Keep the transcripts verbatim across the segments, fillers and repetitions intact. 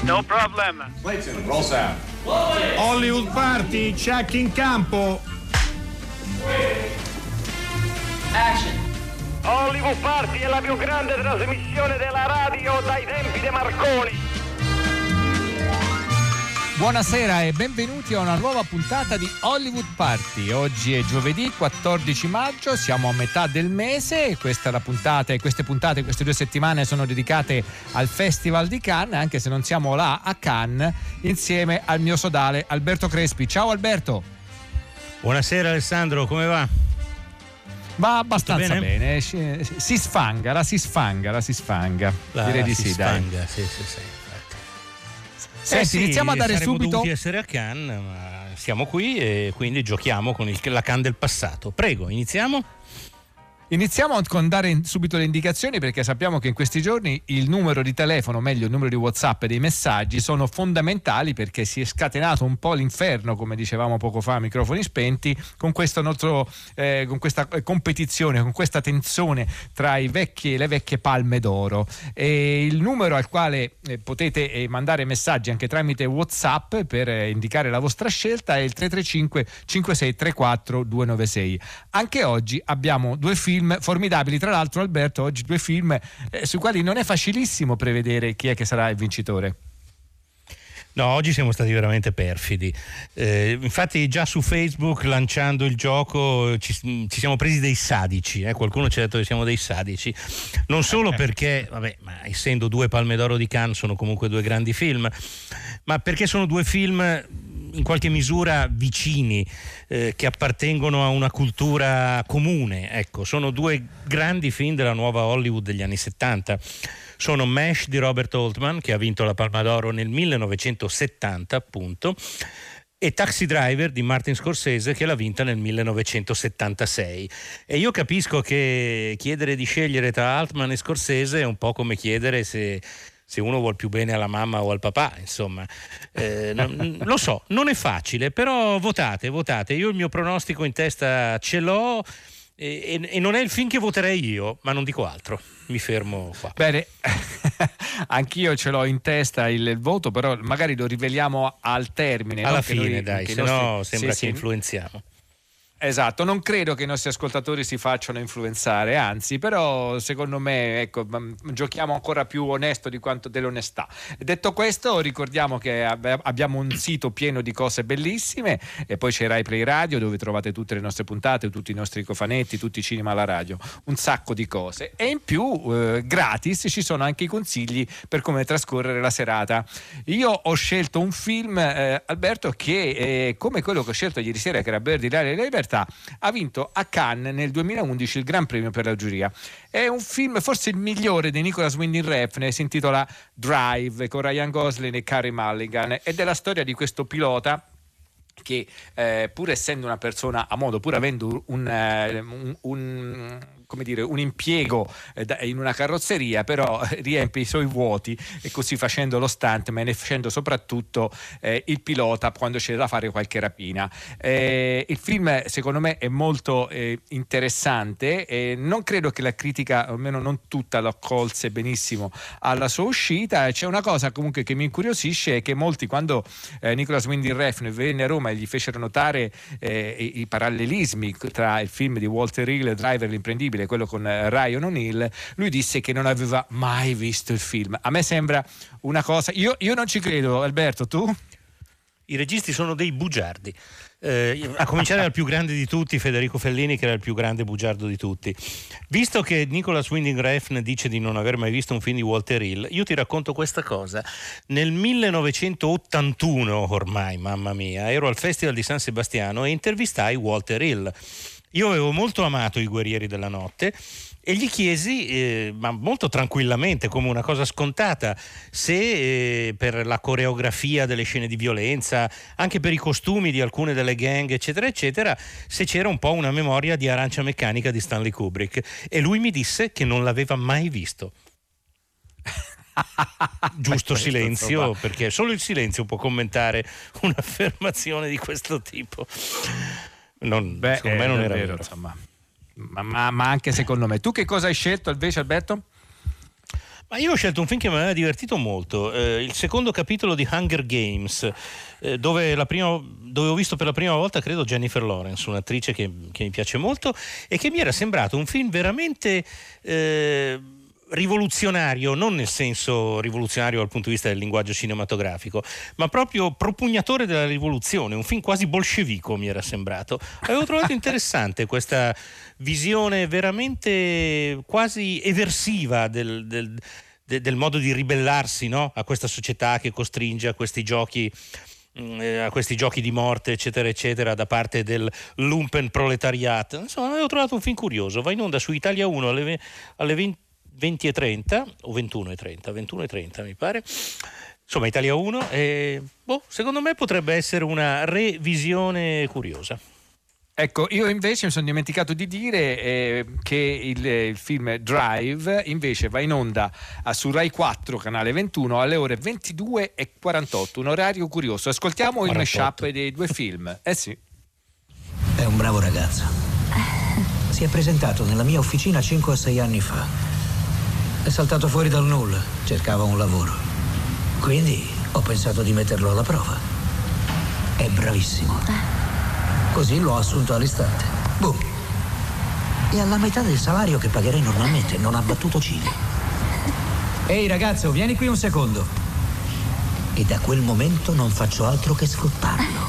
No problem. Clayton, roll sound. Hollywood Party, check in campo. Action. Hollywood Party è la più grande trasmissione della radio dai tempi di Marconi. Buonasera e benvenuti a una nuova puntata di Hollywood Party. Oggi è giovedì quattordici maggio, siamo a metà del mese. Questa è la puntata e queste puntate, queste due settimane sono dedicate al Festival di Cannes, anche se non siamo là a Cannes insieme al mio sodale Alberto Crespi. Ciao Alberto. Buonasera Alessandro, come va? Va abbastanza bene? bene, si sfanga, la si sfanga, la si sfanga. La, Direi la di si sì, sfanga, dai. sì, sì, sì. Senti, eh sì, iniziamo a dare saremmo subito. dovuti essere a Cannes, ma siamo qui e quindi giochiamo con il, la Cannes del passato. Prego, iniziamo. Iniziamo con dare subito le indicazioni, perché sappiamo che in questi giorni il numero di telefono, meglio il numero di WhatsApp e dei messaggi sono fondamentali, perché si è scatenato un po' l'inferno, come dicevamo poco fa a microfoni spenti, con questo nostro eh, con questa competizione, con questa tensione tra i vecchi, le vecchie palme d'oro. E il numero al quale eh, potete eh, mandare messaggi anche tramite WhatsApp per eh, indicare la vostra scelta è il tre tre cinque cinque sei tre quattro due nove sei. Anche oggi abbiamo due film formidabili, tra l'altro Alberto, oggi due film eh, sui quali non è facilissimo prevedere chi è che sarà il vincitore. No, oggi siamo stati veramente perfidi. Eh, infatti già su Facebook, lanciando il gioco, ci, ci siamo presi dei sadici, eh? Qualcuno ci ha detto che siamo dei sadici, non solo perché, vabbè, ma essendo due Palme d'Oro di Cannes sono comunque due grandi film, ma perché sono due film in qualche misura vicini, eh, che appartengono a una cultura comune. Ecco, sono due grandi film della nuova Hollywood degli anni settanta. Sono MASH di Robert Altman, che ha vinto la Palma d'Oro nel millenovecentosettanta appunto, e Taxi Driver di Martin Scorsese, che l'ha vinta nel millenovecentosettantasei. E io capisco che chiedere di scegliere tra Altman e Scorsese è un po' come chiedere se se uno vuol più bene alla mamma o al papà, insomma. Eh, non, lo so, non è facile, però votate, votate. Io il mio pronostico in testa ce l'ho e, e, e non è il film che voterei io, ma non dico altro, mi fermo qua. Bene, anch'io ce l'ho in testa il, il voto, però magari lo riveliamo al termine. Alla no? fine, noi, dai, se nostri... no sembra sì, che sì. influenziamo. Esatto, non credo che i nostri ascoltatori si facciano influenzare, anzi, però secondo me, ecco, giochiamo ancora più onesto di quanto dell'onestà. Detto questo, ricordiamo che abbiamo un sito pieno di cose bellissime, e poi c'è Rai Play Radio, dove trovate tutte le nostre puntate, tutti i nostri cofanetti, tutti i cinema alla radio, un sacco di cose, e in più eh, gratis ci sono anche i consigli per come trascorrere la serata. Io ho scelto un film, eh, Alberto, che eh, come quello che ho scelto ieri sera, che era Birdie, l'Aria della Libertà, ha vinto a Cannes nel duemilaundici il Gran Premio per la giuria. È un film forse il migliore di Nicholas Winding Refn, si intitola Drive, con Ryan Gosling e Carey Mulligan, ed è la storia di questo pilota che eh, pur essendo una persona a modo, pur avendo un, un, un come dire, un impiego eh, in una carrozzeria, però eh, riempie i suoi vuoti, e così facendo lo stuntman e facendo soprattutto eh, il pilota quando c'è da fare qualche rapina. Eh, il film secondo me è molto eh, interessante, e non credo che la critica, almeno non tutta, lo accolse benissimo alla sua uscita. C'è una cosa comunque che mi incuriosisce, è che molti, quando eh, Nicholas Winding Refn venne a Roma e gli fecero notare eh, i, i parallelismi tra il film di Walter Hill, Driver l'imprendibile, quello con Ryan O'Neal, lui disse che non aveva mai visto il film. A me sembra una cosa, io, io non ci credo. Alberto, tu? I registi sono dei bugiardi, eh, a cominciare dal più grande di tutti, Federico Fellini, che era il più grande bugiardo di tutti. Visto che Nicholas Winding Refn dice di non aver mai visto un film di Walter Hill, io ti racconto questa cosa. Nel millenovecentottantuno, ormai, mamma mia, ero al Festival di San Sebastiano e intervistai Walter Hill. Io avevo molto amato I Guerrieri della Notte e gli chiesi, eh, ma molto tranquillamente, come una cosa scontata, se eh, per la coreografia delle scene di violenza, anche per i costumi di alcune delle gang, eccetera, eccetera, se c'era un po' una memoria di Arancia Meccanica di Stanley Kubrick. E lui mi disse che non l'aveva mai visto. Giusto silenzio, insomma, perché solo il silenzio può commentare un'affermazione di questo tipo. Non, Beh, secondo me non era vero, insomma. Ma, ma, ma anche secondo me. Tu che cosa hai scelto invece, Alberto? Ma io ho scelto un film che mi aveva divertito molto, eh, il secondo capitolo di Hunger Games, eh, dove, la prima, dove ho visto per la prima volta, credo, Jennifer Lawrence, un'attrice che, che mi piace molto e che mi era sembrato un film veramente eh, rivoluzionario, non nel senso rivoluzionario dal punto di vista del linguaggio cinematografico, ma proprio propugnatore della rivoluzione, un film quasi bolscevico mi era sembrato. Avevo trovato interessante questa visione veramente quasi eversiva del, del, del, del modo di ribellarsi, no? A questa società che costringe a questi giochi eh, a questi giochi di morte eccetera eccetera da parte del lumpen proletariato. Insomma, avevo trovato un film curioso. Va in onda su Italia uno alle, alle venti e trenta o ventuno e trenta ventuno e trenta mi pare, insomma Italia uno, e boh, secondo me potrebbe essere una revisione curiosa. Ecco, io invece mi sono dimenticato di dire eh, che il, il film Drive invece va in onda a, su Rai quattro, canale ventuno, alle ore ventidue e quarantotto, un orario curioso. Ascoltiamo quarantotto. Il mashup dei due film. Eh sì. È un bravo ragazzo. Si è presentato nella mia officina cinque o sei anni fa. È saltato fuori dal nulla, cercava un lavoro. Quindi ho pensato di metterlo alla prova. È bravissimo. Così l'ho assunto all'istante. Boom. E alla metà del salario che pagherei normalmente non ha battuto ciglio. Ehi ragazzo, vieni qui un secondo. E da quel momento non faccio altro che sfruttarlo.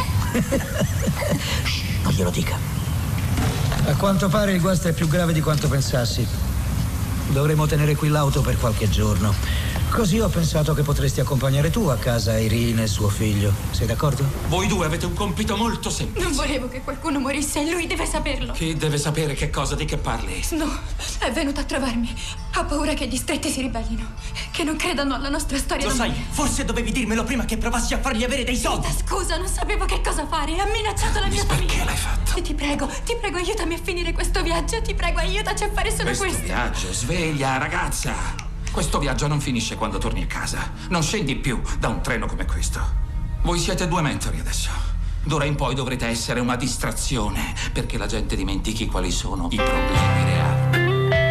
Shh, non glielo dica. A quanto pare il guasto è più grave di quanto pensassi. Dovremo tenere qui l'auto per qualche giorno. Così ho pensato che potresti accompagnare tu a casa Irene e suo figlio. Sei d'accordo? Voi due avete un compito molto semplice. Non volevo che qualcuno morisse e lui deve saperlo. Chi deve sapere che cosa, di che parli? No, è venuto a trovarmi. Ha paura che gli stretti si ribellino, che non credano alla nostra storia. Lo sai, forse dovevi dirmelo prima che provassi a fargli avere dei soldi. Rita, scusa, non sapevo che cosa fare. Ha minacciato la mia famiglia. Perché l'hai fatto? E ti prego, ti prego, aiutami a finire questo viaggio. Ti prego, aiutaci a fare solo questo. questo. Questo viaggio, sveglia, ragazza. Questo viaggio non finisce quando torni a casa. Non scendi più da un treno come questo. Voi siete due mentori adesso. D'ora in poi dovrete essere una distrazione, perché la gente dimentichi quali sono i problemi reali.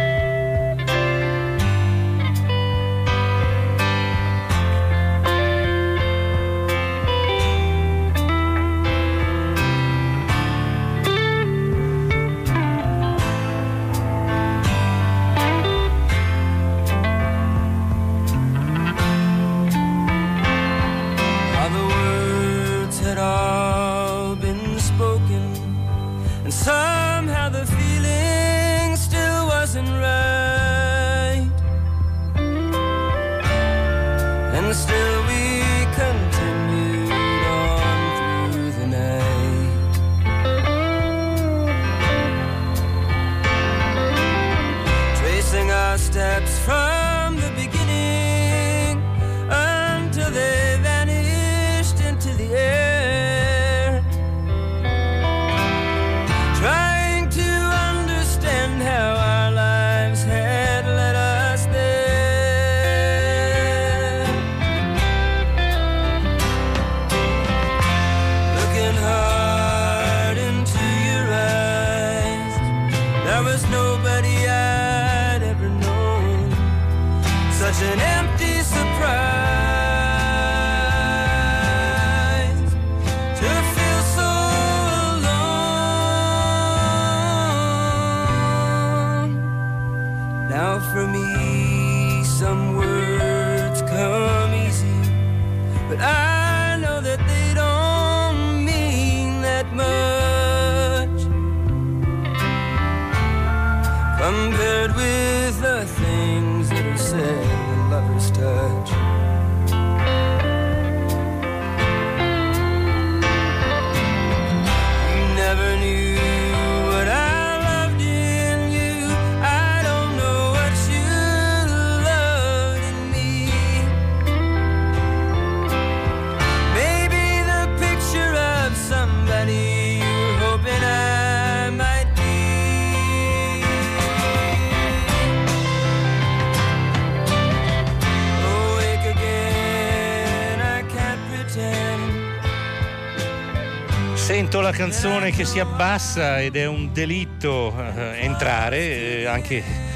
Sento la canzone che si abbassa ed è un delitto eh, entrare, eh, anche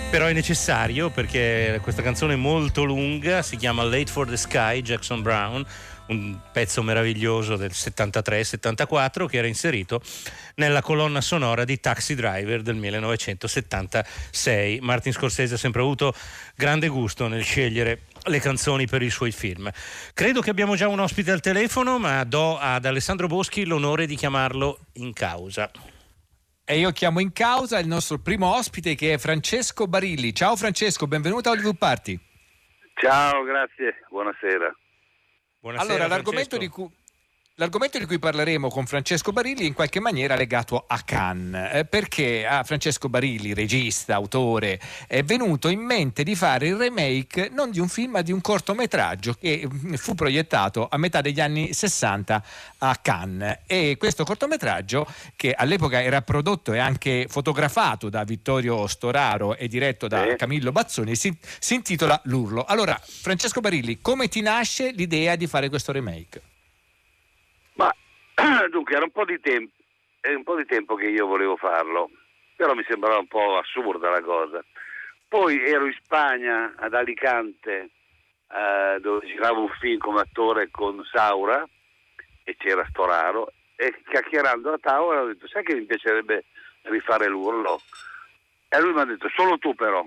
però è necessario perché questa canzone è molto lunga, si chiama Late for the Sky, Jackson Browne, un pezzo meraviglioso del settantatré settantaquattro che era inserito nella colonna sonora di Taxi Driver del millenovecentosettantasei. Martin Scorsese ha sempre avuto grande gusto nel scegliere le canzoni per i suoi film. Credo che abbiamo già un ospite al telefono, ma do ad Alessandro Boschi l'onore di chiamarlo in causa. E io chiamo in causa il nostro primo ospite, che è Francesco Barilli. Ciao Francesco, benvenuto a Hollywood Party. Ciao, grazie, buonasera. Buonasera, allora, l'argomento di, cui, l'argomento di cui parleremo con Francesco Barilli è in qualche maniera legato a Cannes, eh, perché a Francesco Barilli, regista, autore, è venuto in mente di fare il remake non di un film ma di un cortometraggio che fu proiettato a metà degli anni sessanta a Cannes, e questo cortometraggio, che all'epoca era prodotto e anche fotografato da Vittorio Storaro e diretto da eh. Camillo Bazzoni, si, si intitola L'Urlo. Allora, Francesco Barilli, come ti nasce l'idea di fare questo remake? Ma dunque era un po' di tempo, è un po' di tempo che io volevo farlo, però mi sembrava un po' assurda la cosa. Poi ero in Spagna, ad Alicante, eh, dove giravo un film come attore con Saura e c'era Storaro, e chiacchierando a tavola ho detto: sai che mi piacerebbe rifare L'Urlo? E lui mi ha detto: solo tu però.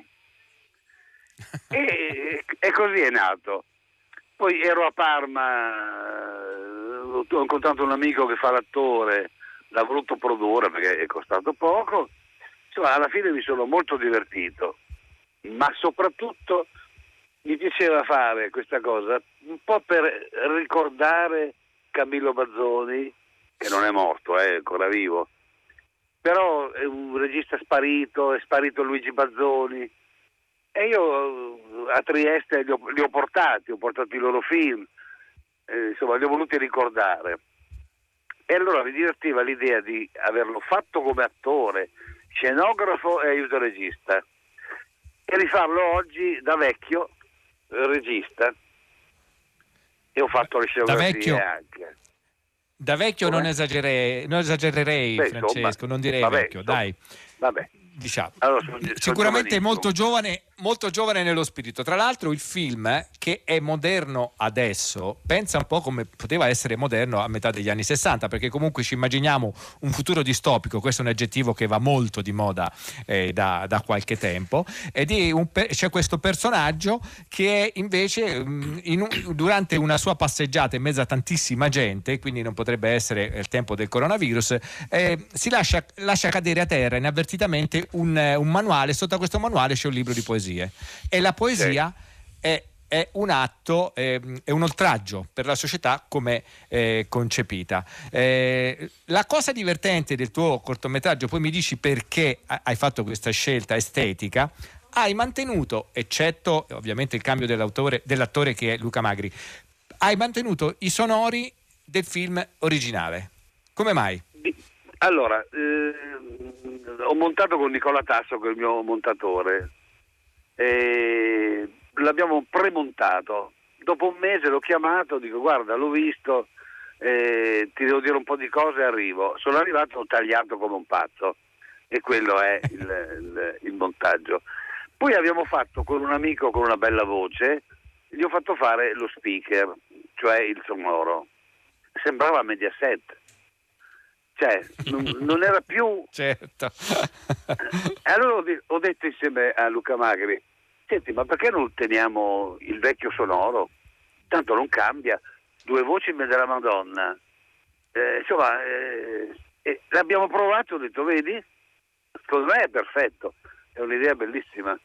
e, e così è nato. Poi ero a Parma, ho incontrato un amico che fa l'attore, l'ha voluto produrre perché è costato poco. Insomma, alla fine mi sono molto divertito, ma soprattutto mi piaceva fare questa cosa un po' per ricordare Camillo Bazzoni, che non è morto, è ancora vivo, però è un regista sparito, è sparito Luigi Bazzoni, e io a Trieste li ho, li ho portati, ho portato i loro film, eh, insomma li ho voluti ricordare, e allora mi divertiva l'idea di averlo fatto come attore, scenografo e aiuto regista, e rifarlo oggi da vecchio regista, e ho fatto le scenografie da vecchio, anche. Da vecchio non esagererei, non esagererei Beh, Francesco, insomma, non direi vabbè, vecchio, insomma, dai. Vabbè. Diciamo. Allora, sono, sono sicuramente molto giovanissimo. giovane, molto giovane nello spirito. Tra l'altro il film, eh, che è moderno adesso, pensa un po' come poteva essere moderno a metà degli anni sessanta, perché comunque ci immaginiamo un futuro distopico. Questo è un aggettivo che va molto di moda eh, da, da qualche tempo, ed è un per- c'è questo personaggio che invece mh, in un, durante una sua passeggiata in mezzo a tantissima gente, quindi non potrebbe essere il tempo del coronavirus, eh, si lascia, lascia cadere a terra inavvertitamente un, un manuale. Sotto a questo manuale c'è un libro di poesie, e la poesia sì. è, è un atto, è, è un oltraggio per la società come eh, concepita. Eh, la cosa divertente del tuo cortometraggio, poi mi dici perché hai fatto questa scelta estetica, hai mantenuto, eccetto ovviamente il cambio dell'autore, dell'attore che è Luca Magri, hai mantenuto i sonori del film originale. Come mai? Allora, eh, ho montato con Nicola Tasso, che è il mio montatore, e l'abbiamo premontato. Dopo un mese l'ho chiamato, dico: guarda, l'ho visto, eh, ti devo dire un po' di cose e arrivo. Sono arrivato, ho tagliato come un pazzo, e quello è il, il, il montaggio. Poi abbiamo fatto con un amico con una bella voce, gli ho fatto fare lo speaker, cioè il sonoro. Sembrava Mediaset. Cioè, non, non era più. Certo. E allora ho, de- ho detto insieme a Luca Magri: senti, ma perché non teniamo il vecchio sonoro? Tanto non cambia, due voci in mezzo alla Madonna. Eh, insomma, eh, eh, l'abbiamo provato, ho detto: vedi? Secondo me è perfetto, è un'idea bellissima.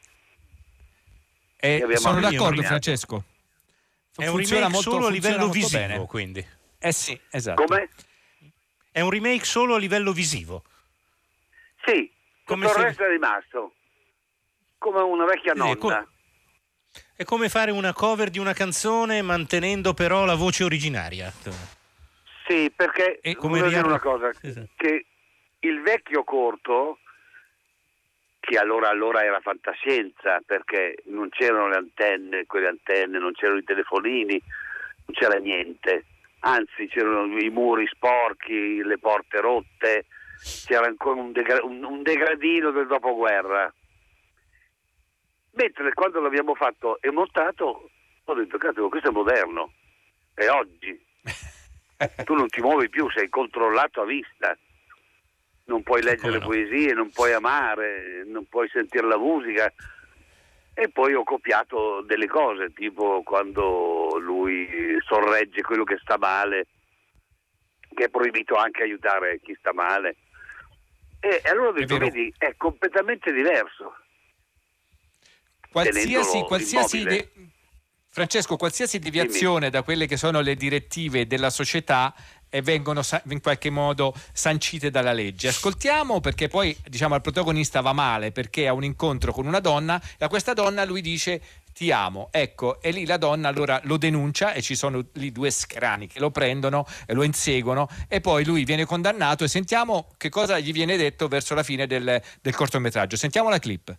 E sono d'accordo, nominato. Francesco. È un Funziona remake molto, solo a livello molto visivo, bene. quindi. Eh sì, esatto. Come? È un remake solo a livello visivo. Sì, Come tutto se- il resto è rimasto. Come una vecchia Sì, è co- nonna. È come fare una cover di una canzone mantenendo però la voce originaria. Sì, perché E come voglio dire ria- una cosa, Esatto. che il vecchio corto, che allora, allora era fantascienza, perché non c'erano le antenne, quelle antenne, non c'erano i telefonini, non c'era niente, anzi c'erano i muri sporchi, le porte rotte, c'era ancora un, degra- un, un degradino del dopoguerra. Mentre quando l'abbiamo fatto e montato, ho detto, cazzo, questo è moderno, è oggi. Tu non ti muovi più, sei controllato a vista. Non puoi leggere no? poesie, non puoi amare, non puoi sentire la musica. E poi ho copiato delle cose, tipo quando lui sorregge quello che sta male, che è proibito anche aiutare chi sta male. E, e allora ho detto, vedi, è completamente diverso. Qualsiasi, qualsiasi immobile. de- Francesco, qualsiasi deviazione Dimmi. da quelle che sono le direttive della società e vengono sa- in qualche modo sancite dalla legge. Ascoltiamo, perché poi diciamo al protagonista va male perché ha un incontro con una donna e a questa donna lui dice ti amo, ecco, e lì la donna allora lo denuncia e ci sono lì due scrani che lo prendono e lo inseguono e poi lui viene condannato e sentiamo che cosa gli viene detto verso la fine del, del cortometraggio. Sentiamo la clip.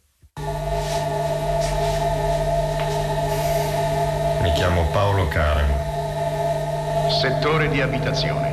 Mi chiamo Paolo Karen. Settore di abitazione.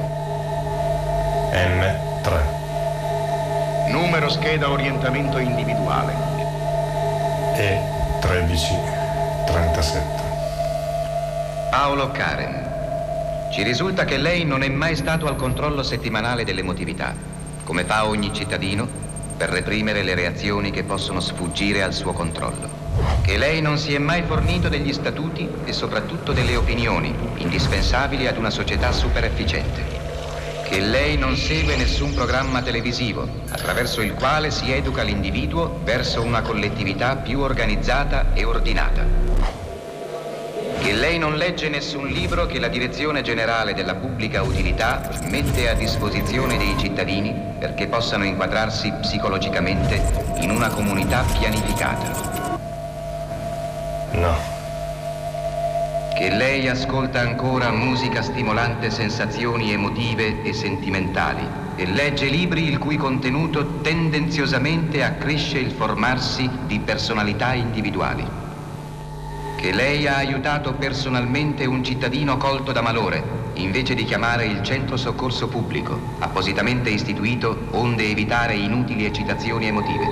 emme tre. Numero scheda orientamento individuale. E tredici trentasette. Paolo Karen. Ci risulta che lei non è mai stato al controllo settimanale dell'emotività, come fa ogni cittadino per reprimere le reazioni che possono sfuggire al suo controllo. Che lei non si è mai fornito degli statuti e soprattutto delle opinioni indispensabili ad una società super efficiente. Che lei non segue nessun programma televisivo attraverso il quale si educa l'individuo verso una collettività più organizzata e ordinata. Che lei non legge nessun libro che la Direzione Generale della Pubblica Utilità mette a disposizione dei cittadini perché possano inquadrarsi psicologicamente in una comunità pianificata. No. Che lei ascolta ancora musica stimolante sensazioni emotive e sentimentali e legge libri il cui contenuto tendenziosamente accresce il formarsi di personalità individuali. Che lei ha aiutato personalmente un cittadino colto da malore invece di chiamare il centro soccorso pubblico, appositamente istituito onde evitare inutili eccitazioni emotive.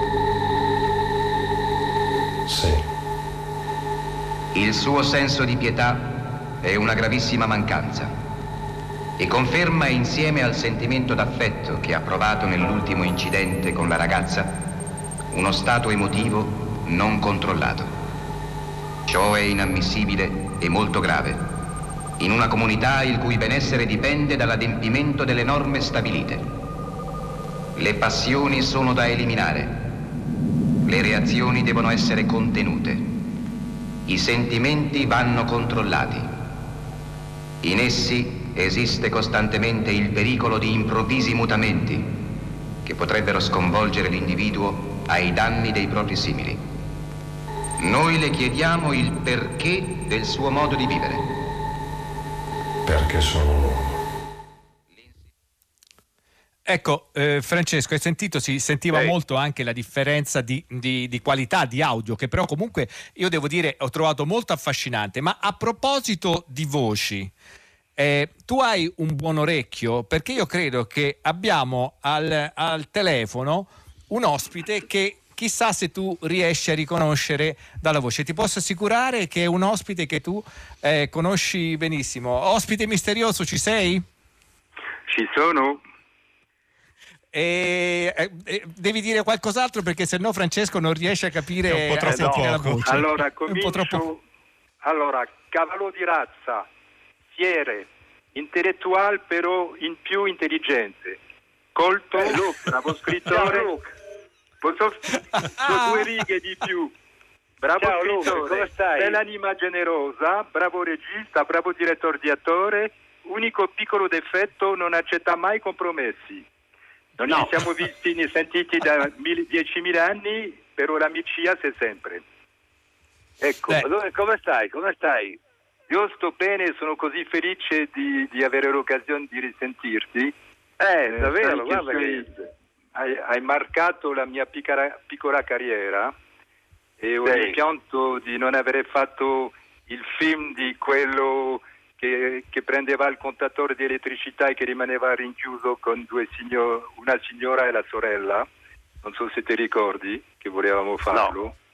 Sì. Il suo senso di pietà è una gravissima mancanza e conferma, insieme al sentimento d'affetto che ha provato nell'ultimo incidente con la ragazza, uno stato emotivo non controllato. Ciò è inammissibile e molto grave in una comunità il cui benessere dipende dall'adempimento delle norme stabilite. Le passioni sono da eliminare, le reazioni devono essere contenute. I sentimenti vanno controllati. In essi esiste costantemente il pericolo di improvvisi mutamenti che potrebbero sconvolgere l'individuo ai danni dei propri simili. Noi le chiediamo il perché del suo modo di vivere. Perché sono un uomo. Ecco, eh, Francesco, hai sentito, si sentiva Ehi. molto anche la differenza di, di, di qualità di audio, che però comunque io devo dire ho trovato molto affascinante. Ma a proposito di voci, eh, tu hai un buon orecchio, perché io credo che abbiamo al, al telefono un ospite che chissà se tu riesci a riconoscere dalla voce. Ti posso assicurare che è un ospite che tu eh, conosci benissimo. Ospite misterioso, ci sei? Ci sono. E, eh, devi dire qualcos'altro perché sennò Francesco non riesce a capire, È un po' troppo a sentire la poco. voce. Allora, È un comincio. po' troppo... Allora, cavallo di razza, fiere, intellettuale però in più intelligente, colto, bravo scrittore, posso so due righe di più, bravo Ciao, scrittore, Luca, come stai? bell'anima generosa, bravo regista, bravo direttore di attore, unico piccolo difetto, non accetta mai compromessi. Non No. ci siamo visti né sentiti da mille, diecimila anni, però l'amicizia c'è sempre. Ecco, Ma dove- come stai? Come stai? io sto bene, sono così felice di, di avere l'occasione di risentirti. Eh, Eh, davvero, sai che guarda sei- che... hai, hai marcato la mia piccola, piccola carriera e ho Sì. rimpianto di non avere fatto il film di quello che, che prendeva il contatore di elettricità e che rimaneva rinchiuso con due signor, una signora e la sorella. Non so se ti ricordi che volevamo farlo.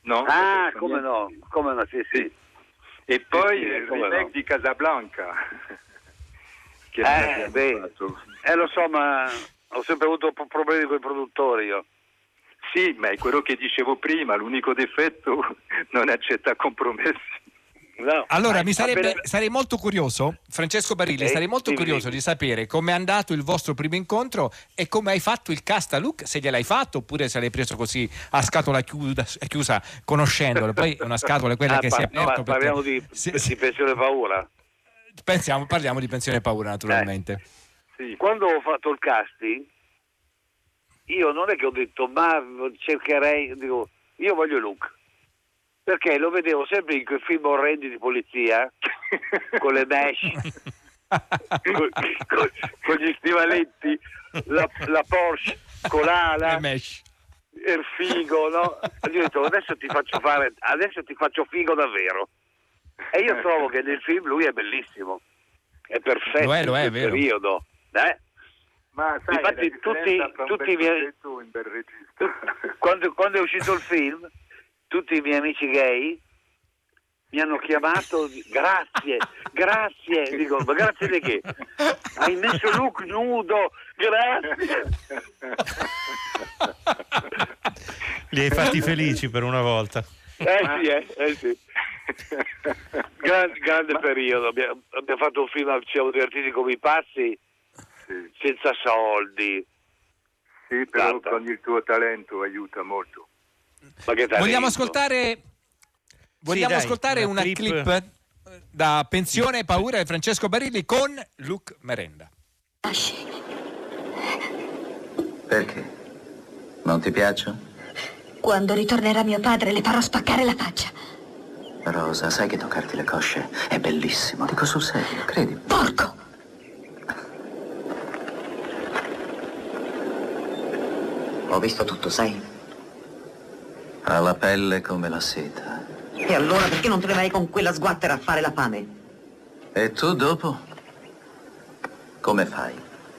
No? Ah, come no, come no, sì, sì. E poi sì, sì, il remake no. di Casablanca. Che eh, beh, eh, lo so, ma ho sempre avuto problemi con i produttori io. Sì, ma è quello che dicevo prima, l'unico difetto non accetta compromessi. No. Allora, mi sarebbe, appena... sarei molto curioso, Francesco Barilli, eh, sarei molto dimmi, curioso dimmi. di sapere come è andato il vostro primo incontro e come hai fatto il cast a Luke, se gliel'hai fatto oppure se l'hai preso così a scatola chiusa, chiusa conoscendolo. Poi una scatola è quella ah, che pa- si è aperta. no, parliamo di, se, di se, pensione paura. pensiamo, parliamo di pensione paura, naturalmente. Eh. Sì. Quando ho fatto il casting, io non è che ho detto, ma cercherei, dico, io voglio Luke. Perché lo vedevo sempre in quei film orrendi di polizia, con le mesh, con, con, con gli stivaletti, la, la Porsche con l'ala, il figo, no? Io ho detto, adesso ti faccio fare, adesso ti faccio figo davvero. E io trovo che nel film lui è bellissimo, è perfetto lo è, lo è, in quel periodo. Eh? Ma sai, infatti tutti, tutti i miei... quando, quando è uscito il film, tutti i miei amici gay mi hanno chiamato, grazie, grazie, dico, ma grazie di che? Hai messo Luke nudo, grazie. Li hai fatti felici per una volta. Eh sì, eh, eh sì. Grande, grande ma... periodo, abbiamo, abbiamo fatto un film, ci siamo divertiti come i pazzi, sì. Senza soldi. Sì, però Tanta. Con il tuo talento aiuta molto. Ma che talento? Vogliamo ascoltare, vogliamo sì, dai, ascoltare una, una clip. clip da Pensione Paura di Francesco Barilli con Luke Merenda. Perché? Non ti piaccio? Quando ritornerà mio padre le farò spaccare la faccia. Rosa, sai che toccarti le cosce è bellissimo. Dico sul serio, credi? Porco! Ho visto tutto, sai? Ha la pelle come la seta. E allora perché non te ne vai con quella sguattera a fare la fame? E tu dopo? Come fai?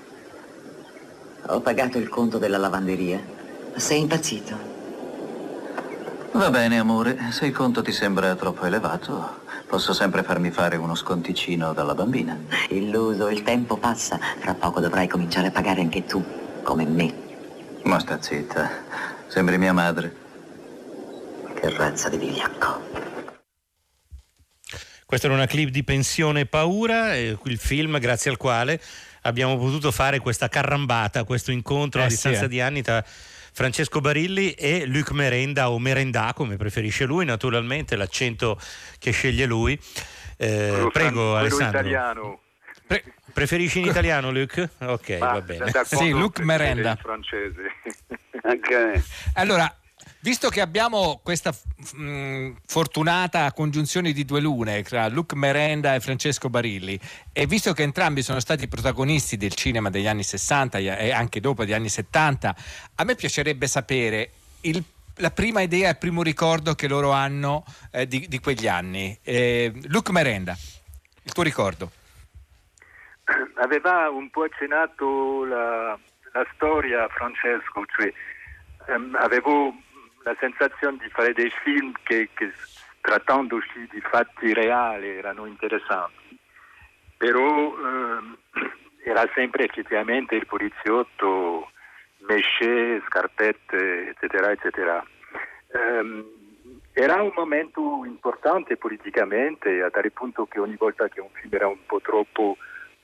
Ho pagato il conto della lavanderia. Sei impazzito? Va bene, amore. Se il conto ti sembra troppo elevato, posso sempre farmi fare uno sconticino dalla bambina. Illuso, il tempo passa. Fra poco dovrai cominciare a pagare anche tu, come me. Ma sta zitta. Sembri mia madre. Che razza di vigliacco. Questa era una clip di Pensione Paura, eh, il film grazie al quale abbiamo potuto fare questa carrambata, questo incontro eh, a distanza sì, eh. di anni tra Francesco Barilli e Luc Merenda, o Merenda come preferisce lui, naturalmente l'accento che sceglie lui. Eh, quello prego quello Alessandro. Italiano. Pre- preferisci in italiano, Luc? Ok, Ma va bene. Sì, Luc Merenda. Francese. Okay. Allora, visto che abbiamo questa mh, fortunata congiunzione di due lune tra Luc Merenda e Francesco Barilli, e visto che entrambi sono stati protagonisti del cinema degli anni sessanta e anche dopo degli anni settanta, a me piacerebbe sapere il, la prima idea, il primo ricordo che loro hanno eh, di, di quegli anni. Eh, Luc Merenda, il tuo ricordo? Aveva un po' accennato la, la storia, Francesco, cioè um, avevo la sensazione di fare dei film che, che trattandosi di fatti reali erano interessanti, però ehm, era sempre effettivamente il poliziotto, mesce, scarpette, eccetera, eccetera. Ehm, era un momento importante politicamente, a tale punto che ogni volta che un film era un po' troppo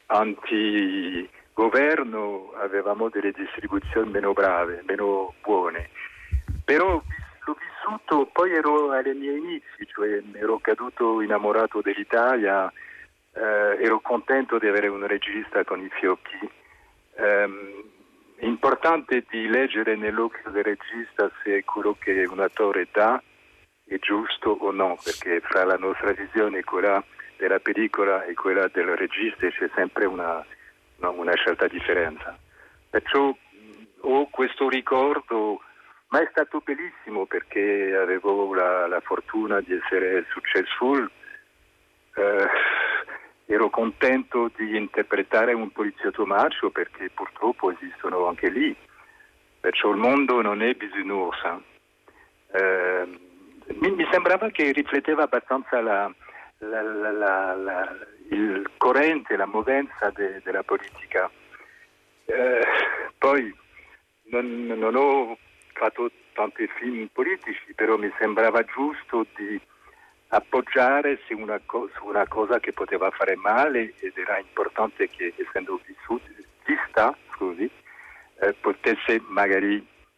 anti-governo avevamo delle distribuzioni meno brave, meno buone. Però l'ho vissuto, poi ero ai miei inizi, cioè ero caduto innamorato dell'Italia, eh, ero contento di avere un regista con i fiocchi. Eh, è importante di leggere nell'occhio del regista se quello che un attore dà è giusto o no, perché fra la nostra visione e quella della pellicola e quella del regista c'è sempre una, una, una certa differenza. Perciò ho questo ricordo. Ma è stato bellissimo perché avevo la, la fortuna di essere successful, eh, ero contento di interpretare un poliziotto macho perché purtroppo esistono anche lì, perciò il mondo non è bisognoso. Eh, mi, mi sembrava che rifletteva abbastanza la, la, la, la, la, il corrente, la movenza de, della politica. Eh, poi non, non ho fatto tanti film politici, però mi sembrava giusto di appoggiare su una, co- su una cosa che poteva fare male, ed era importante che, essendo vissuto, vista, scusi, eh, potesse magari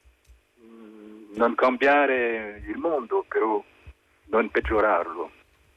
mh, non cambiare il mondo, però non peggiorarlo.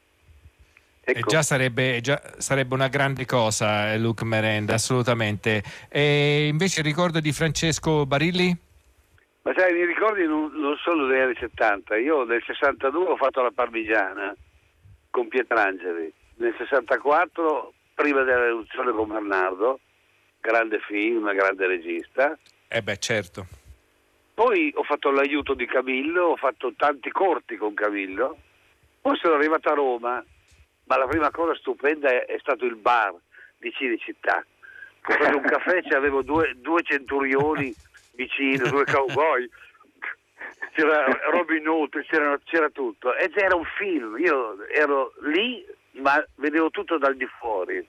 Ecco. E già sarebbe, già sarebbe una grande cosa, Luc Merenda, assolutamente. E invece il ricordo di Francesco Barilli? Ma sai, mi ricordi non, non solo degli anni settanta, io nel sessantadue ho fatto La Parmigiana con Pietrangeli, nel sessantaquattro, prima della rivoluzione, con Bernardo, grande film, grande regista. Eh beh, certo. Poi ho fatto L'aiuto di Camillo, ho fatto tanti corti con Camillo, poi sono arrivato a Roma, ma la prima cosa stupenda è, è stato il bar di Cinecittà. Ho preso un caffè, c'avevo due, due centurioni vicino, due cowboy, c'era Robin Hood, c'era, c'era tutto, ed era un film. Io ero lì ma vedevo tutto dal di fuori.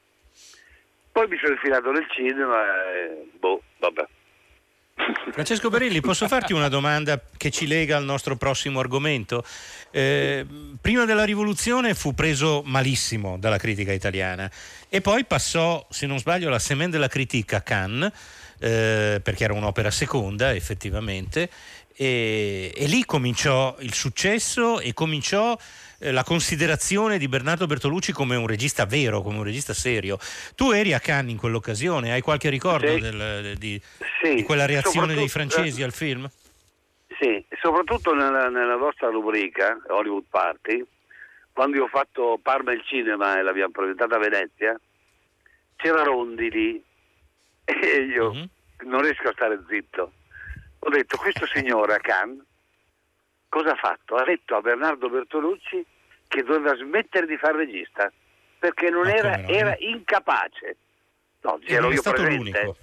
Poi mi sono infilato nel cinema e boh, vabbè. Francesco Barilli, posso farti una domanda che ci lega al nostro prossimo argomento? Eh, prima della rivoluzione fu preso malissimo dalla critica italiana e poi passò, se non sbaglio, alla Semaine de la Critique a Cannes, eh, perché era un'opera seconda effettivamente, e, e lì cominciò il successo e cominciò eh, la considerazione di Bernardo Bertolucci come un regista vero, come un regista serio. Tu eri a Cannes in quell'occasione, hai qualche ricordo sì. del, di, sì. di quella reazione dei francesi al film? Sì, soprattutto nella, nella vostra rubrica Hollywood Party, quando io ho fatto Parma il cinema e l'abbiamo presentata a Venezia, c'era Rondi lì e io mm-hmm. non riesco a stare zitto. Ho detto, questo signore a Cannes cosa ha fatto? Ha detto a Bernardo Bertolucci che doveva smettere di fare regista perché non era, no, era incapace. No, c'ero io presente. L'unico.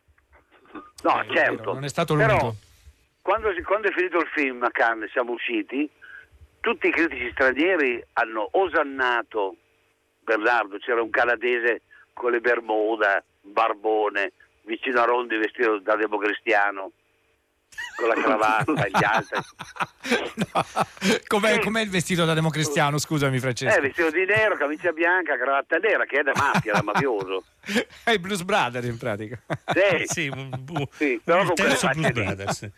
No, eh, certo. Non è stato Però, l'unico. Quando, quando è finito il film a Cannes, siamo usciti, tutti i critici stranieri hanno osannato Bernardo. C'era un canadese con le Bermuda, barbone, vicino a Rondi vestito da democristiano, con la cravatta e gli altri. No. Com'è, sì. com'è il vestito da democristiano? Scusami, Francesco. Eh, vestito di nero, camicia bianca, cravatta nera, che è da mafia, da mafioso. È il Blues Brothers in pratica. Sì, sì, un, bu- sì però il terzo Blues Brothers.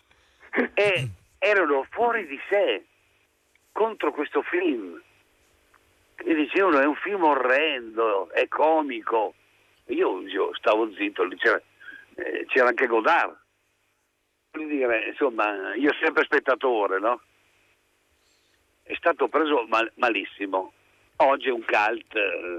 E erano fuori di sé contro questo film. E dicevano è un film orrendo, è comico. Io, io stavo zitto, lì c'era, eh, c'era anche Godard. Quindi dire, insomma, io sempre spettatore, no? È stato preso mal, malissimo. Oggi è un cult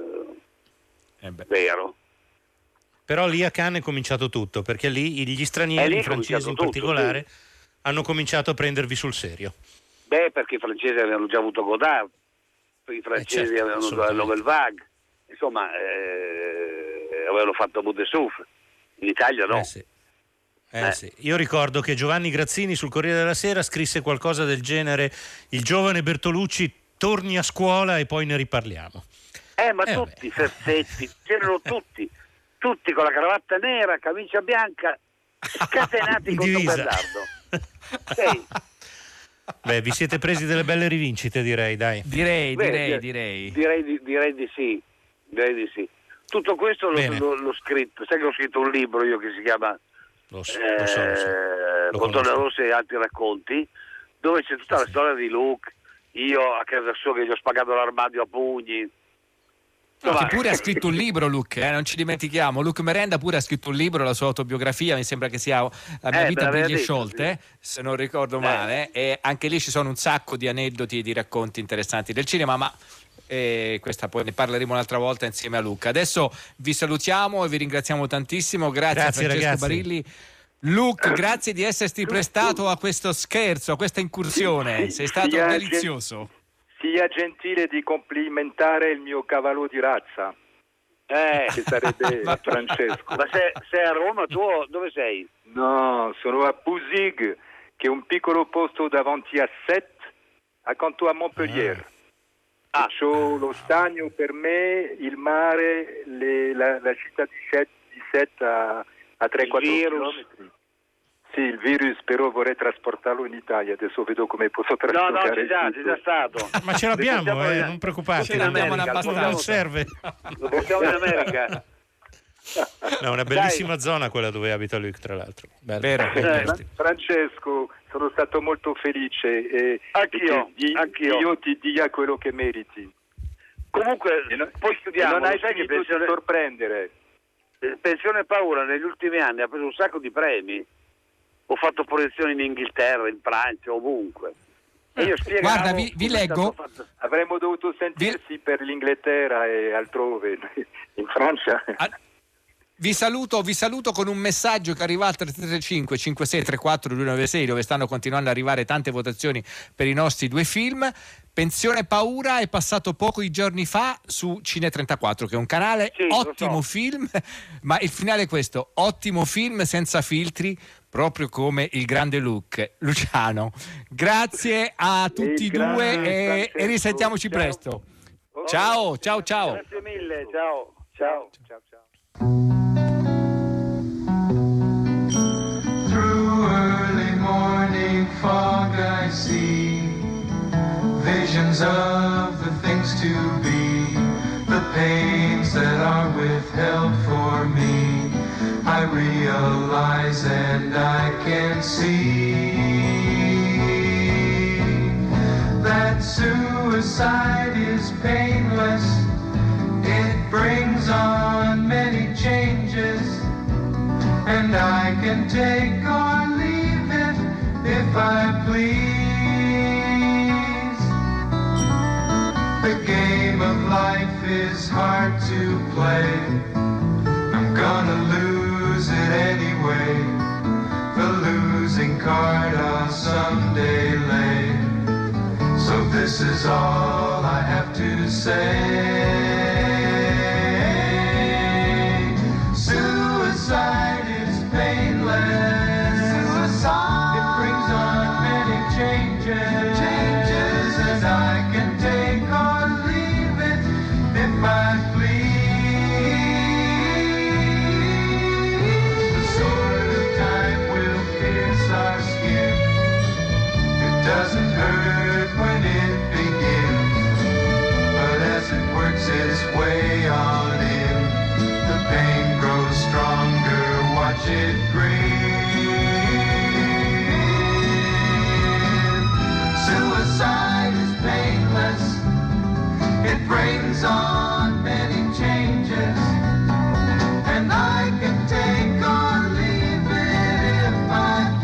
eh, eh vero. Però lì a Cannes è cominciato tutto, perché lì gli stranieri, i francesi in particolare, sì. hanno cominciato a prendervi sul serio. Beh, perché i francesi avevano già avuto Godard, i francesi eh certo, avevano avuto la Nouvelle Vague, insomma, eh, avevano fatto Bout de Souffle. In Italia no. Eh sì. Eh, eh. Sì. Io ricordo che Giovanni Grazzini sul Corriere della Sera scrisse qualcosa del genere: il giovane Bertolucci torni a scuola e poi ne riparliamo. Eh, ma eh, tutti, Ferzetti, c'erano tutti, tutti con la cravatta nera, camicia bianca, scatenati contro Bernardo. Sì. Beh, vi siete presi delle belle rivincite, direi, dai. Direi, Beh, direi, direi. direi. Direi di, direi di sì, direi di sì. Tutto questo l'ho, l'ho, l'ho scritto, sai che ho scritto un libro io che si chiama Lo so, lo so, lo so. Lo Bottone Rosse e altri racconti, dove c'è tutta la storia di Luke, io a casa sua che gli ho spagato l'armadio a pugni. No, che pure ha scritto un libro, Luc, eh, non ci dimentichiamo. Luc Merenda pure ha scritto un libro, la sua autobiografia, mi sembra che sia La mia eh, vita briglie detto, sciolte, sì. se non ricordo male, eh. e anche lì ci sono un sacco di aneddoti e di racconti interessanti del cinema, ma eh, questa poi ne parleremo un'altra volta insieme a Luca. Adesso vi salutiamo e vi ringraziamo tantissimo, grazie, grazie a Francesco ragazzi. Barilli. Luc, grazie di esserti prestato a questo scherzo, a questa incursione, sei stato sia delizioso. Sia gentile di complimentare il mio cavallo di razza, eh. che sarebbe ma, Francesco. Ma sei, sei a Roma, tu dove sei? No, sono a Pusig, che è un piccolo posto davanti a Sète, accanto a Montpellier. Ah. C'è lo stagno per me, il mare, le, la, la città di Set, di Set a, a tre quattro chilometri. Sì, il virus, però vorrei trasportarlo in Italia, adesso vedo come posso trasportare. No, no, c'è già, c'è già stato. Ma ce l'abbiamo, eh, non preoccupatevi. Non serve. Lo portiamo in America. No, una bellissima Dai. zona quella dove abita Luc, tra l'altro. Vero, eh, Francesco, sono stato molto felice e, anch'io, e ti, anch'io. io ti dia quello che meriti. Comunque, non, poi studiamo. Non hai sai che pensione... di sorprendere. Pensione Paura negli ultimi anni ha preso un sacco di premi. Ho fatto proiezioni in Inghilterra, in Francia, ovunque. E io spiegavo. Guarda, vi, vi leggo. Avremmo dovuto sentirsi vi... per l'Inghilterra e altrove. In Francia. Ah. Vi saluto, vi saluto con un messaggio che arriva al tre tre cinque cinque sei tre quattro due nove sei, dove stanno continuando ad arrivare tante votazioni per i nostri due film. Pensione Paura è passato pochi giorni fa su Cine trentaquattro, che è un canale, sì, ottimo so. film, ma il finale è questo: ottimo film senza filtri, proprio come il grande Luc. Luciano, grazie a tutti e due e, e risentiamoci ciao. presto. Oh, ciao, ciao, ciao. Grazie mille, ciao, ciao, ciao, ciao. Through early morning fog I see visions of the things to be, the pains that are withheld for me. I realize and I can see that suicide is painless. It brings on many changes, and I can take or leave it if I please. The game of life is hard to play. I'm gonna lose it anyway. The losing card I'll someday lay. So this is all I have to say. Suicide is painless. Suicide. It brings on many changes. Changes, and I can take or leave it if I please. The sword of time will pierce our skin. It doesn't hurt when it begins, but as it works its way on in, the pain grows stronger, watch it grin. Suicide is painless. It brings on many changes, and I can take or leave it if I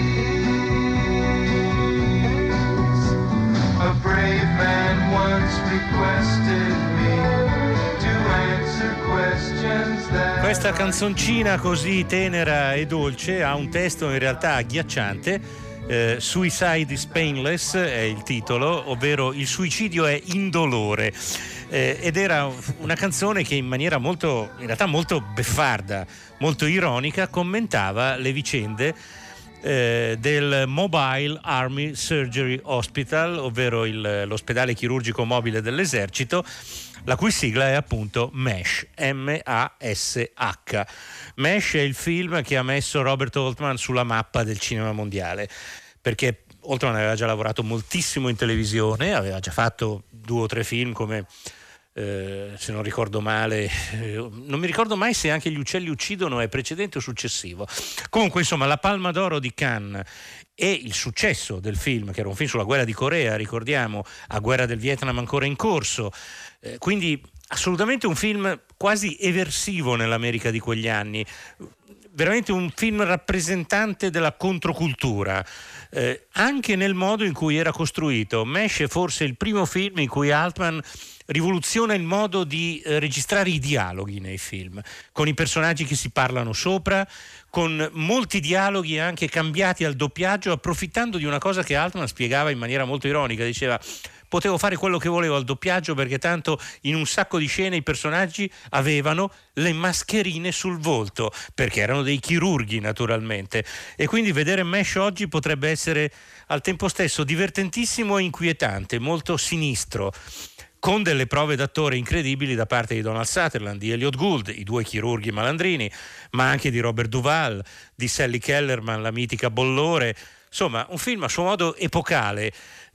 please. A brave man once requested me to answer questions that... Questa canzoncina così tenera e dolce ha un testo in realtà agghiacciante. Eh, Suicide is Painless è il titolo, ovvero il suicidio è indolore, eh, ed era una canzone che in maniera molto, in realtà molto beffarda, molto ironica, commentava le vicende eh, del Mobile Army Surgery Hospital, ovvero il, l'ospedale chirurgico mobile dell'esercito, la cui sigla è appunto MASH, M A S H. MASH è il film che ha messo Robert Altman sulla mappa del cinema mondiale, perché Altman aveva già lavorato moltissimo in televisione, aveva già fatto due o tre film come, eh, se non ricordo male, eh, non mi ricordo mai se anche Gli uccelli uccidono è precedente o successivo. Comunque, insomma, la Palma d'Oro di Cannes e il successo del film, che era un film sulla guerra di Corea, ricordiamo, a guerra del Vietnam ancora in corso, eh, quindi assolutamente un film quasi eversivo nell'America di quegli anni, veramente un film rappresentante della controcultura, eh, anche nel modo in cui era costruito. MASH è forse il primo film in cui Altman rivoluziona il modo di eh, registrare i dialoghi nei film, con i personaggi che si parlano sopra, con molti dialoghi anche cambiati al doppiaggio, approfittando di una cosa che Altman spiegava in maniera molto ironica. Diceva: potevo fare quello che volevo al doppiaggio perché tanto in un sacco di scene i personaggi avevano le mascherine sul volto, perché erano dei chirurghi naturalmente, e quindi vedere Mesh oggi potrebbe essere al tempo stesso divertentissimo e inquietante, molto sinistro, con delle prove d'attore incredibili da parte di Donald Sutherland, di Elliot Gould, i due chirurghi malandrini, ma anche di Robert Duvall, di Sally Kellerman, la mitica Bollore. Insomma, un film a suo modo epocale,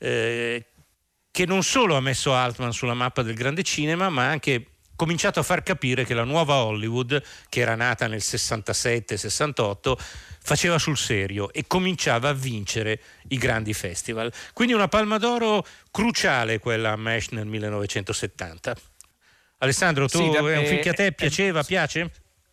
eh, che non solo ha messo Altman sulla mappa del grande cinema, ma ha anche cominciato a far capire che la nuova Hollywood, che era nata nel sessantasette sessantotto, faceva sul serio e cominciava a vincere i grandi festival. Quindi una Palma d'Oro cruciale quella a Mesh nel millenovecentosettanta. Alessandro, tu sì, da, è un film che a te eh, piaceva, piace?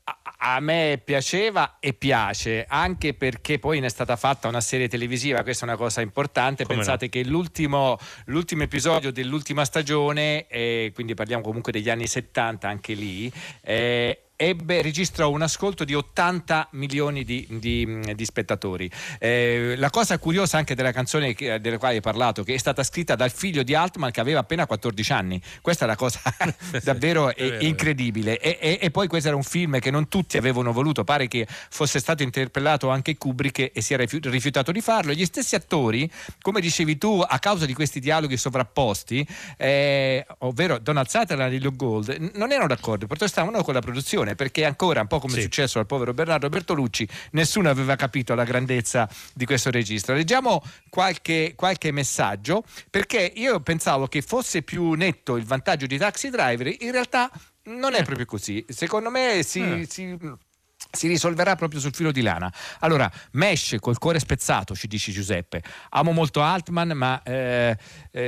A me piaceva e piace, anche perché poi ne è stata fatta una serie televisiva, questa è una cosa importante. Come Pensate no? che l'ultimo, l'ultimo episodio dell'ultima stagione, eh, quindi parliamo comunque degli anni settanta anche lì, eh, ebbe, registrò un ascolto di ottanta milioni di, di, di spettatori. Eh, la cosa curiosa anche della canzone che, della quale hai parlato, che è stata scritta dal figlio di Altman che aveva appena quattordici anni. Questa è la cosa davvero è vero, incredibile. E, e, e poi questo era un film che non tutti avevano voluto, pare che fosse stato interpellato anche Kubrick e si era rifiutato di farlo. Gli stessi attori, come dicevi tu, a causa di questi dialoghi sovrapposti, eh, ovvero Donald Sutherland e Elliot Gould, non erano d'accordo, protestavano con la produzione, perché ancora, un po' come sì. è successo al povero Bernardo Bertolucci, nessuno aveva capito la grandezza di questo registro. Leggiamo qualche, qualche messaggio, perché io pensavo che fosse più netto il vantaggio di Taxi Driver, in realtà non è proprio così. Secondo me si, mm. si si risolverà proprio sul filo di lana. Allora, Mesh col cuore spezzato, ci dice Giuseppe. Amo molto Altman, ma eh,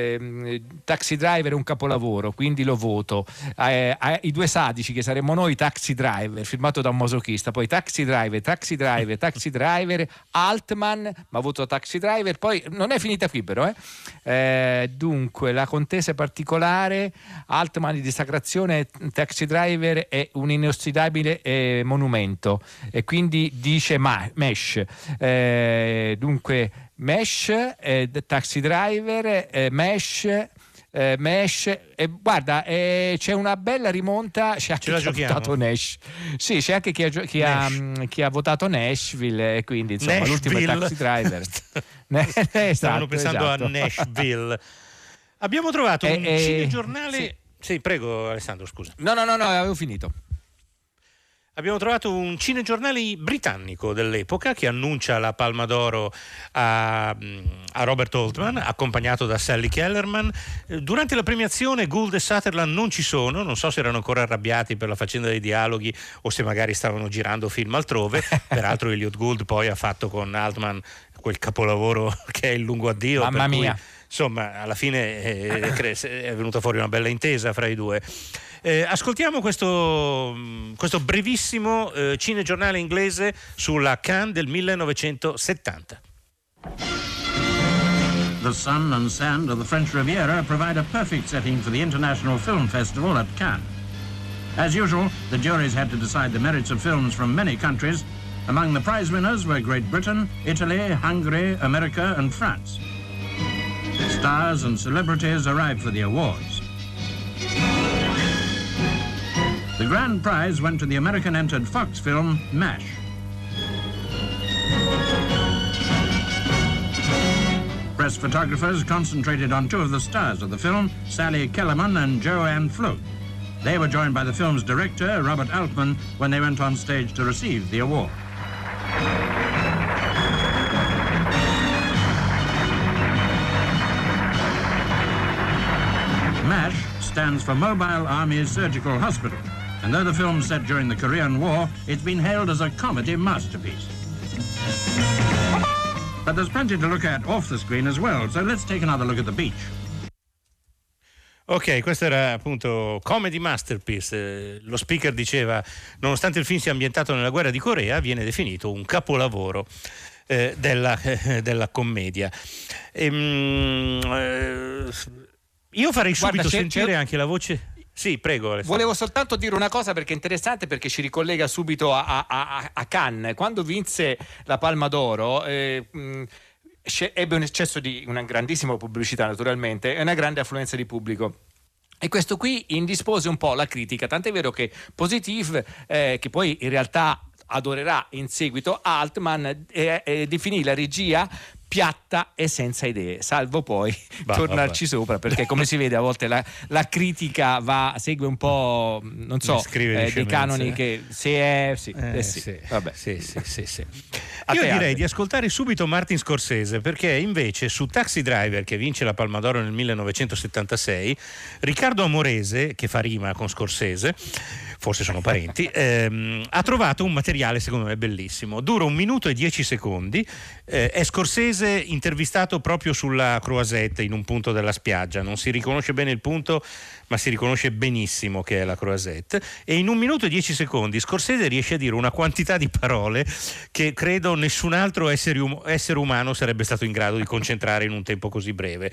eh, Taxi Driver è un capolavoro, quindi lo voto. Eh, eh, I due sadici, che saremmo noi, Taxi Driver, firmato da un masochista, poi Taxi Driver, Taxi Driver, Taxi Driver, Altman, ma voto Taxi Driver. Poi non è finita qui però, eh. Eh, dunque, la contesa è particolare, Altman di dissacrazione, Taxi Driver è un inossidabile eh, monumento. E quindi dice ma, Mesh, eh, dunque Mesh, eh, Taxi Driver, eh, Mesh, eh, Mesh, eh, guarda, eh, c'è una bella rimonta, c'è anche chi ha votato Nash, sì, c'è anche chi ha, chi ha, chi ha votato Nashville, e quindi insomma l'ultimo è Taxi Driver. esatto, stavano pensando esatto. a Nashville. Abbiamo trovato eh, un eh, cinegiornale sì. sì, prego Alessandro, scusa. No, no, no, no, avevo finito. Abbiamo trovato un cinegiornale britannico dell'epoca che annuncia la Palma d'Oro a, a Robert Altman, accompagnato da Sally Kellerman. Durante la premiazione Gould e Sutherland non ci sono, non so se erano ancora arrabbiati per la faccenda dei dialoghi o se magari stavano girando film altrove. Peraltro Elliot Gould poi ha fatto con Altman quel capolavoro che è Il lungo addio. Mamma per mia. Cui, insomma, alla fine è, è venuta fuori una bella intesa fra i due. Eh, ascoltiamo questo, questo brevissimo eh, cinegiornale inglese sulla Cannes del millenovecentosettanta. The sun and sand of the French Riviera provide a perfect setting for the International Film Festival at Cannes. As usual, the juries had to decide the merits of films from many countries. Among the prize winners were Great Britain, Italy, Hungary, America and France. Stars and celebrities arrived for the awards. The grand prize went to the American-entered Fox film, MASH. Press photographers concentrated on two of the stars of the film, Sally Kellerman and Joanne Flood. They were joined by the film's director, Robert Altman, when they went on stage to receive the award. MASH stands for Mobile Army Surgical Hospital, and though the film set during the Korean War, it's been hailed as a comedy masterpiece. But there's plenty to look at off the screen as well, so let's take another look at the beach. Ok, questo era appunto Comedy Masterpiece. Eh, lo speaker diceva, nonostante il film sia ambientato nella guerra di Corea, viene definito un capolavoro eh, della, eh, della commedia. E, mm, eh, Io farei subito Guarda, c'è, sentire c'è... anche la voce. Sì, prego Alessandro. Volevo soltanto dire una cosa perché è interessante, perché ci ricollega subito a, a, a Cannes. Quando vinse la Palma d'Oro eh, mh, ebbe un eccesso di una grandissima pubblicità, naturalmente, e una grande affluenza di pubblico. E questo qui indispose un po' la critica, tant'è vero che Positive, eh, che poi in realtà adorerà in seguito Altman, eh, eh, definì la regia piatta e senza idee, salvo poi bah, tornarci vabbè. sopra, perché come si vede a volte la, la critica va segue un po', non so, eh, dei canoni che se è sì, eh, eh sì, sì, vabbè. sì, sì, sì, sì. A Io te, direi Albe. di ascoltare subito Martin Scorsese, perché invece su Taxi Driver, che vince la Palma d'Oro nel millenovecentosettantasei, Riccardo Amorese, che fa rima con Scorsese, forse sono parenti, ehm, ha trovato un materiale secondo me bellissimo, dura un minuto e dieci secondi, eh, è Scorsese intervistato proprio sulla Croisette in un punto della spiaggia, non si riconosce bene il punto ma si riconosce benissimo che è la Croisette, e in un minuto e dieci secondi Scorsese riesce a dire una quantità di parole che credo nessun altro essere, um- essere umano sarebbe stato in grado di concentrare in un tempo così breve.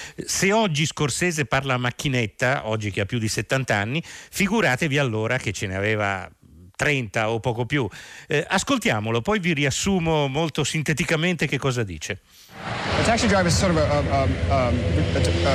Se oggi Scorsese parla a macchinetta, oggi che ha più di settanta anni, figuratevi allora che ce ne aveva trenta o poco più. Eh, ascoltiamolo, poi vi riassumo molto sinteticamente che cosa dice. A Taxi Driver is sort of a, a, um, a,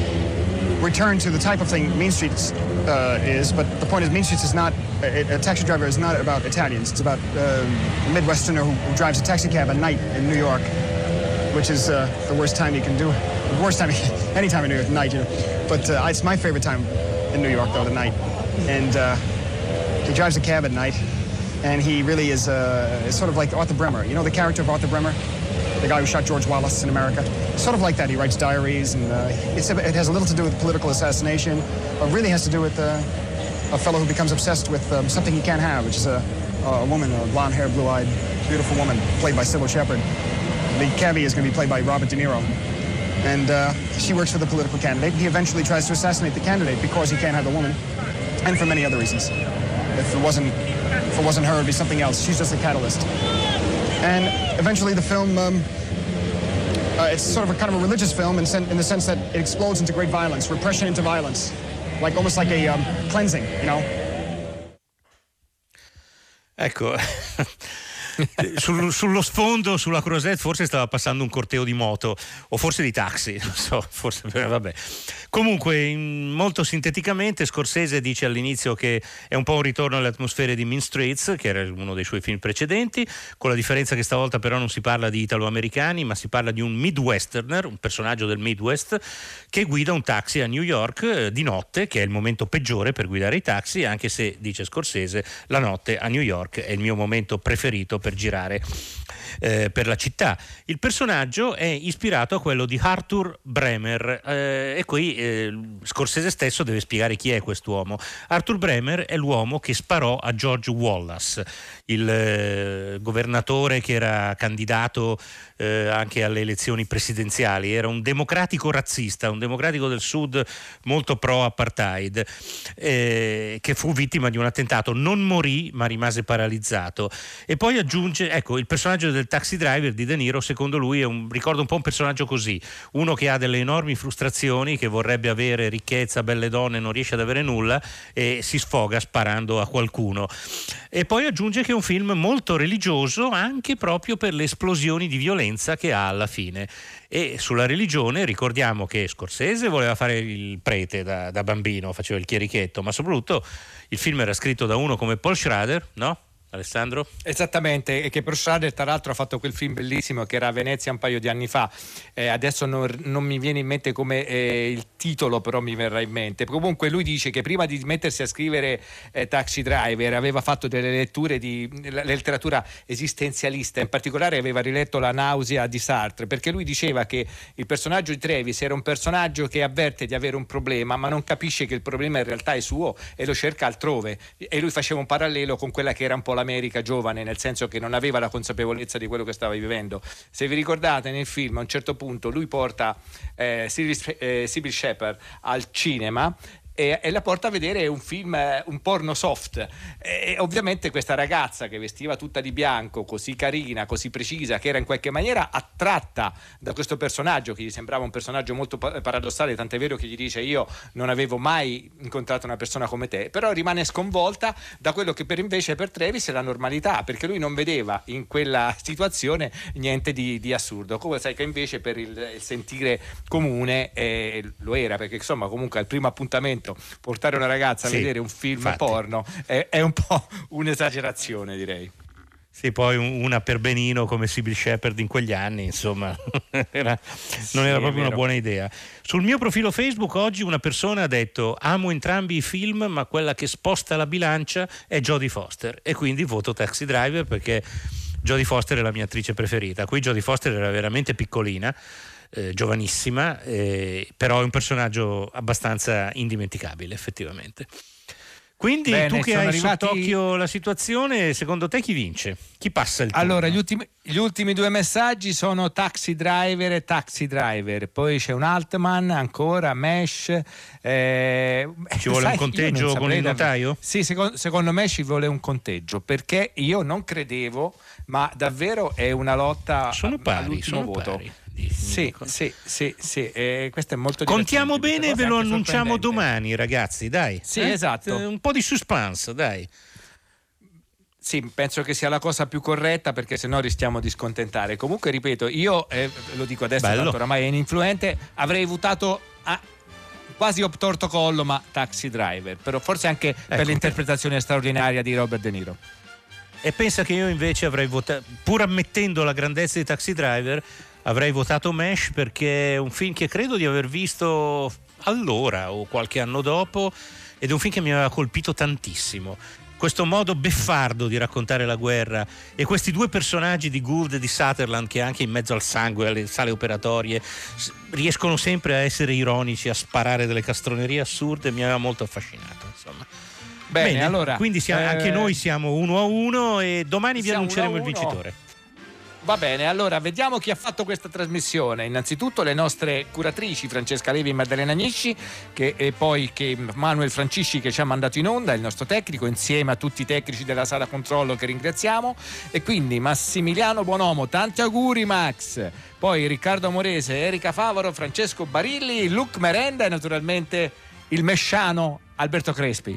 um, return to the type of thing Mean Streets uh, is, but the point is Mean Streets is not, a, a Taxi Driver is not about Italians, it's about uh, a Midwesterner who, who drives a taxi cab at night in New York, which is uh, the worst time you can do it. The worst time, any time in New York, night, you know. But uh, it's my favorite time in New York, though, the night. And uh, he drives a cab at night, and he really is, uh, is sort of like Arthur Bremer. You know the character of Arthur Bremer? The guy who shot George Wallace in America? Sort of like that. He writes diaries, and uh, it's, it has a little to do with political assassination, but really has to do with uh, a fellow who becomes obsessed with um, something he can't have, which is a, a woman, a blonde-haired, blue-eyed, beautiful woman, played by Sybil Shepherd. The cabbie is going to be played by Robert De Niro. And uh, she works for the political candidate. He eventually tries to assassinate the candidate because he can't have the woman, and for many other reasons. If it wasn't, if it wasn't her, it'd be something else. She's just a catalyst. And eventually the film, um, uh, it's sort of a kind of a religious film in, sen- in the sense that it explodes into great violence, repression into violence, like almost like a um, cleansing, you know? Ecco. Sul, sullo sfondo, sulla Croisette, forse stava passando un corteo di moto o forse di taxi, non so, forse, vabbè. Comunque, in, molto sinteticamente, Scorsese dice all'inizio che è un po' un ritorno alle atmosfere di Mean Streets, che era uno dei suoi film precedenti, con la differenza che stavolta però non si parla di italo-americani, ma si parla di un Midwesterner, un personaggio del Midwest, che guida un taxi a New York eh, di notte, che è il momento peggiore per guidare i taxi, anche se, dice Scorsese, la notte a New York è il mio momento preferito per girare eh, per la città. Il personaggio è ispirato a quello di Arthur Bremer eh, e qui eh, Scorsese stesso deve spiegare chi è quest'uomo. Arthur Bremer è l'uomo che sparò a George Wallace, il eh, governatore che era candidato eh, anche alle elezioni presidenziali. Era un democratico razzista, un democratico del sud molto pro apartheid, eh, che fu vittima di un attentato. Non morì ma rimase paralizzato. E poi aggiunge, ecco, il personaggio del Taxi Driver di De Niro, secondo lui è un, ricorda un po' un personaggio così, uno che ha delle enormi frustrazioni, che vorrebbe avere ricchezza, belle donne, non riesce ad avere nulla e si sfoga sparando a qualcuno. E poi aggiunge che è un film molto religioso, anche proprio per le esplosioni di violenza che ha alla fine. E sulla religione ricordiamo che Scorsese voleva fare il prete da, da bambino, faceva il chierichetto, ma soprattutto il film era scritto da uno come Paul Schrader, no? Alessandro? Esattamente, e che Paul Schrader tra l'altro ha fatto quel film bellissimo che era a Venezia un paio di anni fa, eh, adesso non, non mi viene in mente come eh, il titolo, però mi verrà in mente. Comunque lui dice che prima di mettersi a scrivere eh, Taxi Driver aveva fatto delle letture di la letteratura esistenzialista, in particolare aveva riletto La nausea di Sartre, perché lui diceva che il personaggio di Travis era un personaggio che avverte di avere un problema ma non capisce che il problema in realtà è suo e lo cerca altrove, e lui faceva un parallelo con quella che era un po' la America giovane, nel senso che non aveva la consapevolezza di quello che stava vivendo. Se vi ricordate, nel film a un certo punto lui porta eh, Sybil eh, Shepherd al cinema e, e la porta a vedere un film, un porno soft, e ovviamente questa ragazza che vestiva tutta di bianco, così carina, così precisa, che era in qualche maniera attratta da questo personaggio che gli sembrava un personaggio molto paradossale, tant'è vero che gli dice: io non avevo mai incontrato una persona come te, però rimane sconvolta da quello che per invece per Travis è la normalità, perché lui non vedeva in quella situazione niente di, di assurdo, come sai che invece per il, il sentire comune eh, lo era, perché insomma comunque al primo appuntamento portare una ragazza a sì, vedere un film infatti. porno è, è un po' un'esagerazione, direi. Sì, poi una per Benino come Sybil Shepherd in quegli anni, insomma, era, non Sì, era è proprio una vero. buona idea. Sul mio profilo Facebook oggi una persona ha detto: amo entrambi i film, ma quella che sposta la bilancia è Jodie Foster, e quindi voto Taxi Driver perché Jodie Foster è la mia attrice preferita. Qui Jodie Foster era veramente piccolina, Eh, giovanissima, eh, però è un personaggio abbastanza indimenticabile effettivamente. Quindi Bene, tu che sono hai arrivati- sott'occhio la situazione, secondo te chi vince? Chi passa il turno? Allora, gli ultimi, gli ultimi due messaggi sono Taxi Driver e Taxi Driver, poi c'è un Altman ancora, Mesh. Eh, Ci vuole sai, un conteggio io non con saprei il da- notaio? Sì, secondo, secondo me ci vuole un conteggio, perché io non credevo, ma davvero è una lotta sono pari, all'ultimo sono voto. pari. Sì, sì, sì, sì, eh, questo è molto Contiamo divertente, bene e questa ve cosa lo è anche annunciamo sorprendente. domani, ragazzi, dai. Sì, Eh? esatto. Un po' di suspense, dai. Sì, penso che sia la cosa più corretta, perché sennò rischiamo di scontentare. Comunque, ripeto, io eh, lo dico adesso, Bello. tanto oramai è ininfluente, avrei votato a quasi obtorto collo, ma Taxi Driver, però forse anche per Ecco. l'interpretazione straordinaria di Robert De Niro. E pensa che io invece avrei votato, pur ammettendo la grandezza di Taxi Driver, avrei votato Mesh, perché è un film che credo di aver visto allora o qualche anno dopo, ed è un film che mi aveva colpito tantissimo. Questo modo beffardo di raccontare la guerra e questi due personaggi di Gould e di Sutherland, che anche in mezzo al sangue, alle sale operatorie, s- riescono sempre a essere ironici, a sparare delle castronerie assurde, mi aveva molto affascinato, insomma. Bene, allora, quindi siamo- eh, anche noi siamo uno a uno e domani vi siamo annunceremo uno a il uno. vincitore. Va bene, allora vediamo chi ha fatto questa trasmissione. Innanzitutto le nostre curatrici Francesca Levi e Maddalena Agnisci, che, e poi che Manuel Francisci, che ci ha mandato in onda, il nostro tecnico, insieme a tutti i tecnici della sala controllo che ringraziamo, e quindi Massimiliano Bonomo, tanti auguri Max, poi Riccardo Amorese, Erika Favaro, Francesco Barilli, Luc Merenda e naturalmente il mesciano Alberto Crespi.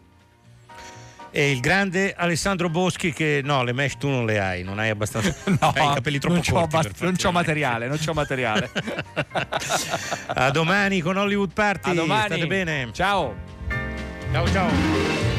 E il grande Alessandro Boschi, che no, le mesh tu non le hai, non hai abbastanza, No, hai i capelli troppo non c'ho, corti abbast- per non c'ho farti le materiale, non c'ho materiale. A domani con Hollywood Party. A domani. State bene. Ciao. Ciao ciao.